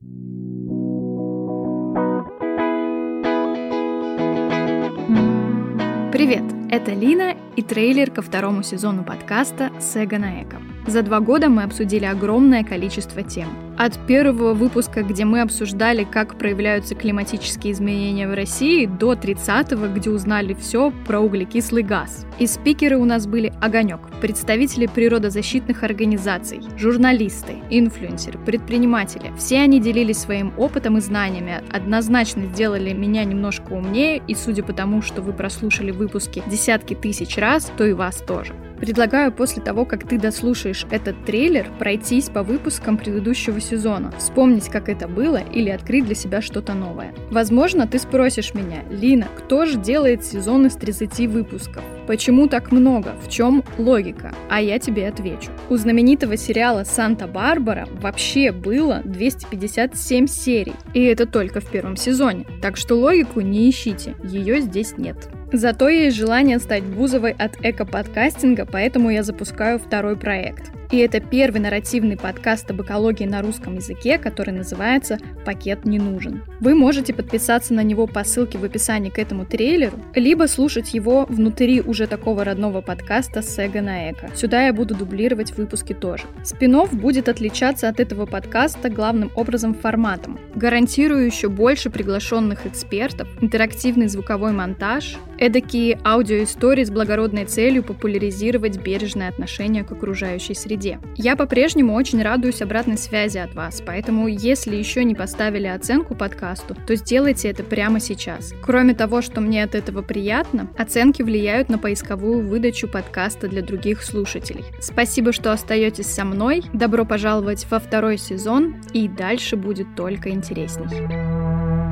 Привет, это Лина и трейлер ко второму сезону подкаста «Сэга на Эко». За 2 года мы обсудили огромное количество тем. От первого выпуска, где мы обсуждали, как проявляются климатические изменения в России, до 30-го, где узнали все про углекислый газ. И спикеры у нас были Огонек, представители природозащитных организаций, журналисты, инфлюенсеры, предприниматели. Все они делились своим опытом и знаниями, однозначно сделали меня немножко умнее, и судя по тому, что вы прослушали выпуски десятки тысяч раз, то и вас тоже. Предлагаю после того, как ты дослушаешь этот трейлер, пройтись по выпускам предыдущего сезона, вспомнить, как это было, или открыть для себя что-то новое. Возможно, ты спросишь меня: Лина, кто же делает сезон из 30 выпусков? Почему так много? В чем логика? А я тебе отвечу. У знаменитого сериала «Санта-Барбара» вообще было 257 серий, и это только в первом сезоне, так что логику не ищите, ее здесь нет. Зато есть желание стать Бузовой от эко-подкастинга, поэтому я запускаю второй проект. И это первый нарративный подкаст об экологии на русском языке, который называется «Пакет не нужен». Вы можете подписаться на него по ссылке в описании к этому трейлеру, либо слушать его внутри уже такого родного подкаста «Сэга на Эко». Сюда я буду дублировать выпуски тоже. Спин-офф будет отличаться от этого подкаста главным образом форматом. Гарантирую еще больше приглашенных экспертов, интерактивный звуковой монтаж, эдакие аудиоистории с благородной целью популяризировать бережное отношение к окружающей среде. Я по-прежнему очень радуюсь обратной связи от вас, поэтому если еще не поставили оценку подкасту, то сделайте это прямо сейчас. Кроме того, что мне от этого приятно, оценки влияют на поисковую выдачу подкаста для других слушателей. Спасибо, что остаетесь со мной, добро пожаловать во второй сезон, и дальше будет только интересней.